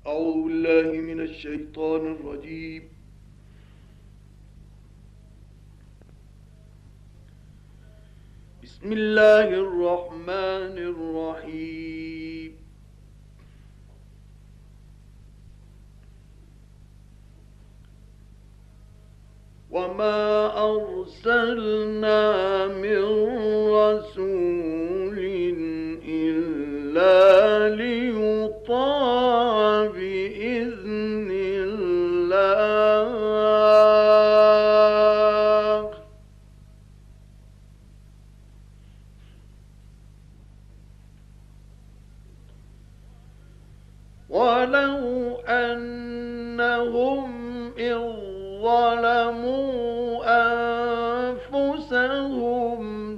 أعوذ بالله من الشيطان الرجيم. بسم الله الرحمن الرحيم. وما أرسلنا من رسول إلا ليطاع بإذن الله. ولو أنهم إذ ظلموا أنفسهم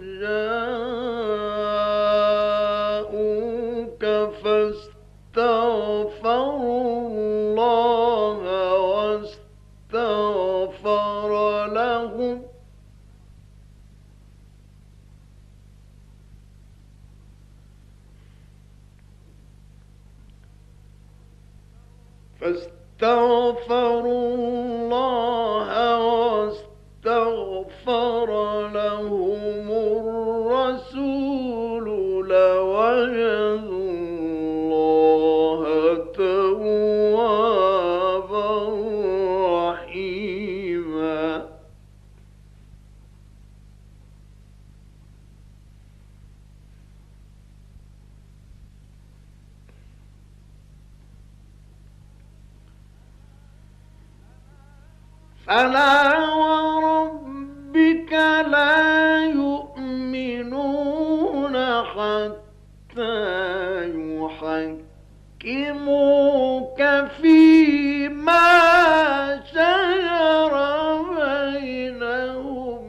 جاءوك فاستغفروا الله واستغفر لهم فاستغفروا الله واستغفر لهم الرسول لوجدوا الله توابا رحيما. فلا وربك لا يؤمنون حتى يحكموك فيما شجر بينهم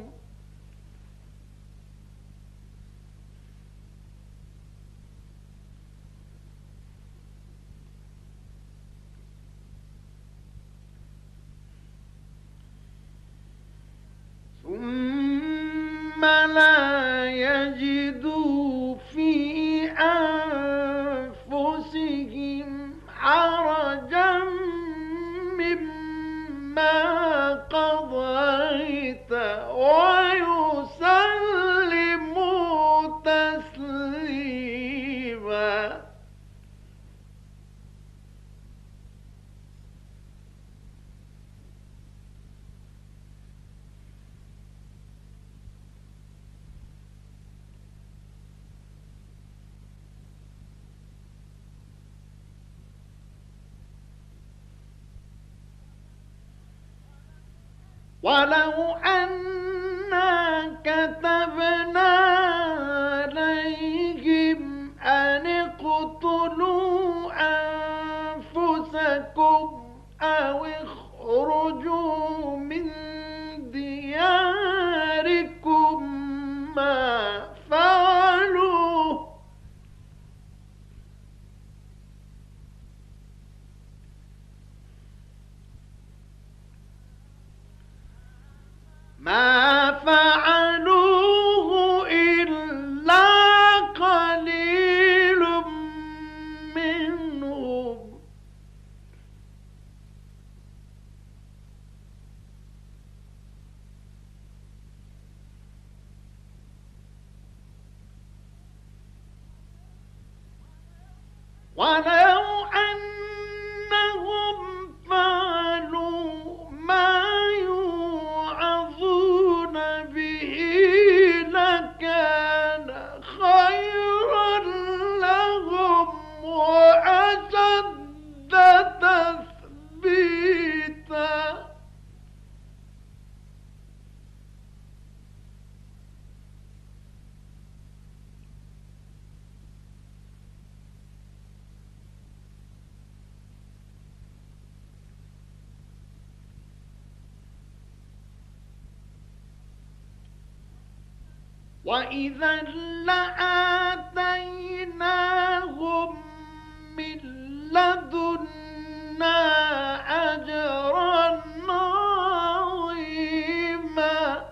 ثم لا يجدوا في أنفسهم حرجا مما قضيت ويسلموا تسليما. ولو أنا كتبنا عليهم أن اقتلوا أنفسكم أو اخرجوا من دياركم ما فعلوه إلا قليل منهم. ولو أنهم فعلوا ما يوعظون به لكان خيرا لهم وأشد تثبيتا. وإذا لآتيناهم من لدنا أجرا عظيما.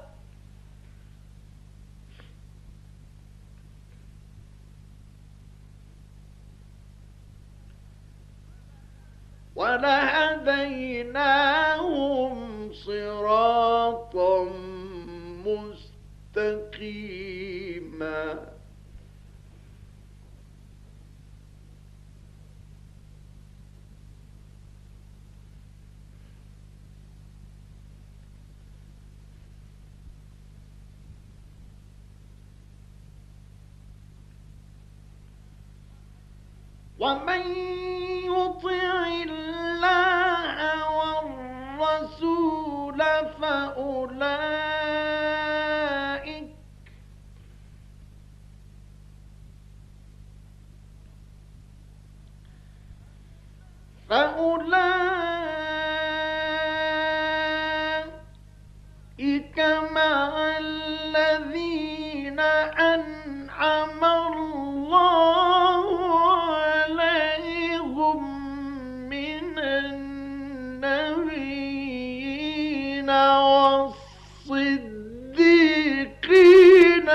ولهديناهم صراطا مستقيما ومن يطع الله والرسول فأولئك مع الذين أنعم الله عليهم من النبيين والصديقين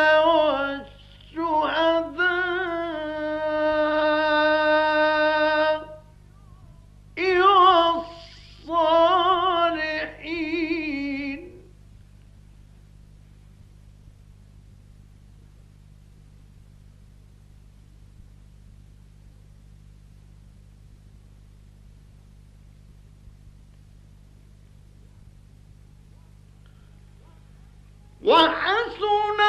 والشهداء والصالحين وحسن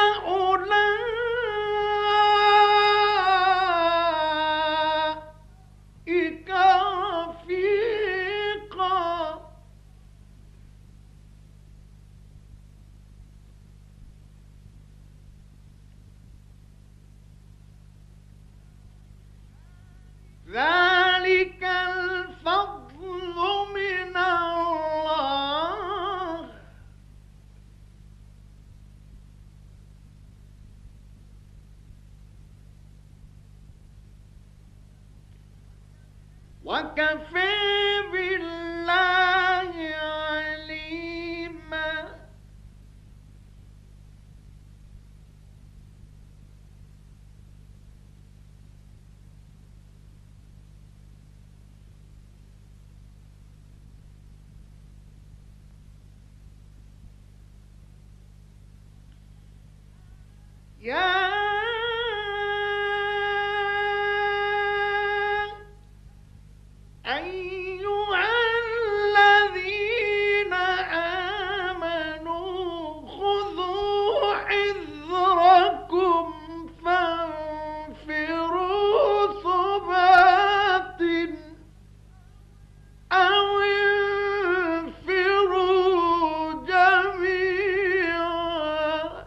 أولئك رفيقا ذلك الفضل من الله وكفى بالله عليما يا أيها الذين آمنوا خذوا حذركم فانفروا ثبات أو انفروا جميعا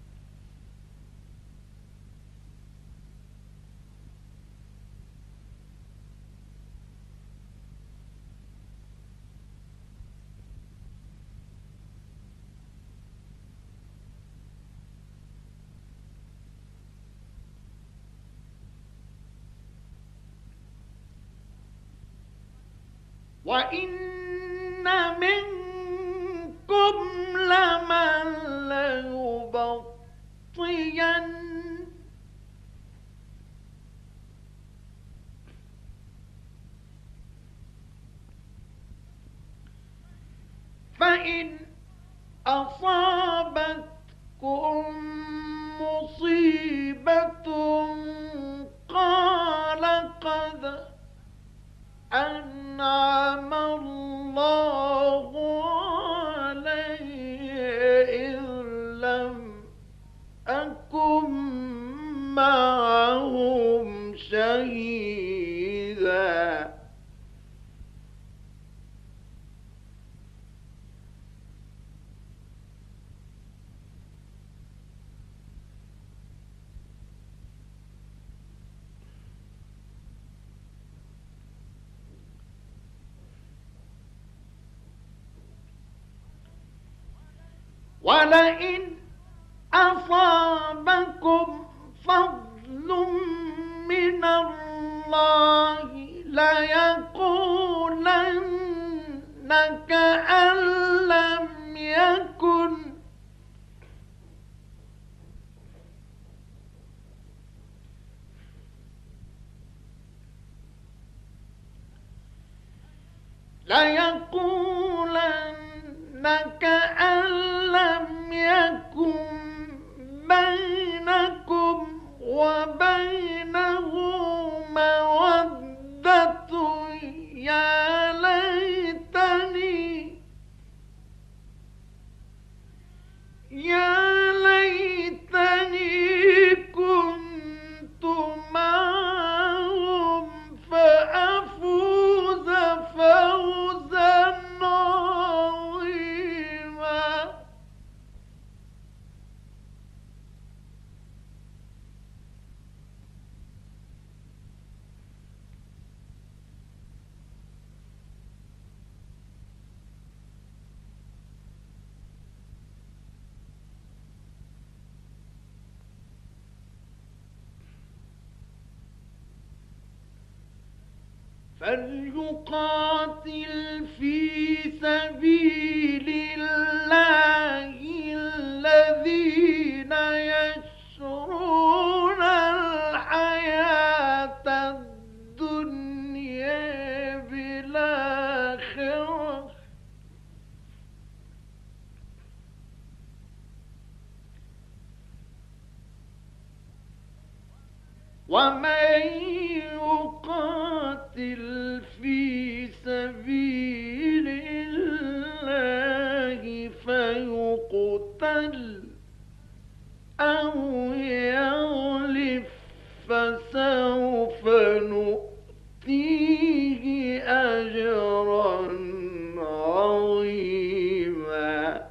وإن منكم لمن ليبطين فإن أصابتكم مصيبة قال قد أنعم الله علي إذ لم أكن معهم شهيدا ولئن أصابكم فضل من الله ليقولن كأن لم يكن ليقولن كأن لم يكن بينكم وبينه مودة يا ليتني كنت معهم فأفوز فوزا عظيما. فليقاتل في سبيل الله الذين يشرون الحياة الدنيا بالآخرة ومن يقاتل في سبيل الله فيقتل أو يغلب فسوف نؤتيه أجرا عظيما.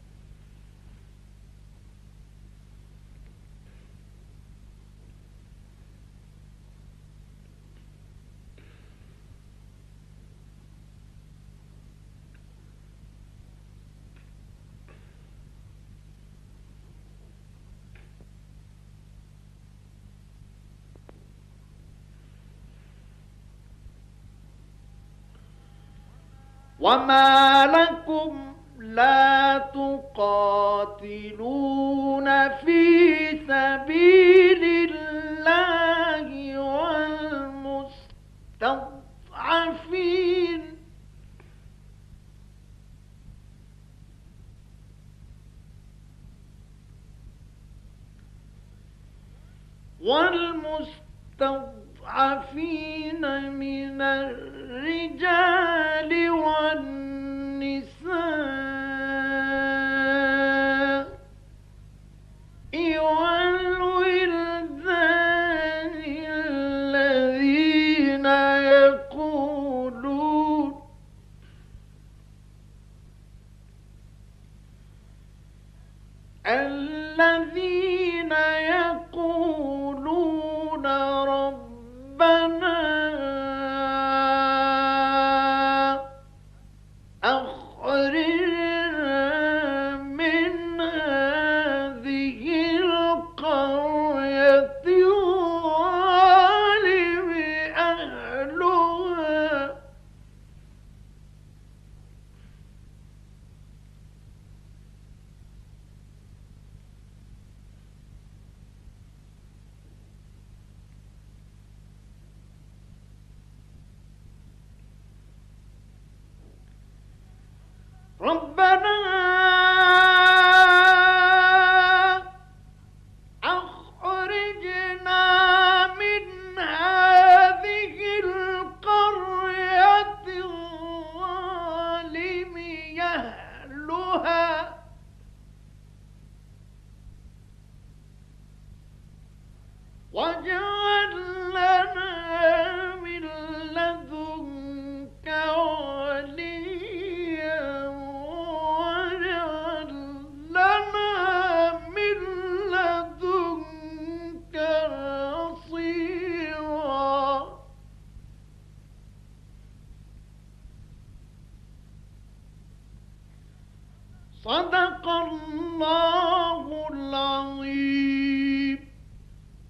وما لكم لا تقاتلون في سبيل الله والمستضعفين من الرجال والنساء والولدان الذين يقولون ربنا أخرجنا من هذه القرية الظالم أهلها ربنا أخرجنا من هذه القرية الظالم أهلها واجعل لنا من لدنك وليا واجعل لنا من لدنك نصيرا. صدق الله العظيم.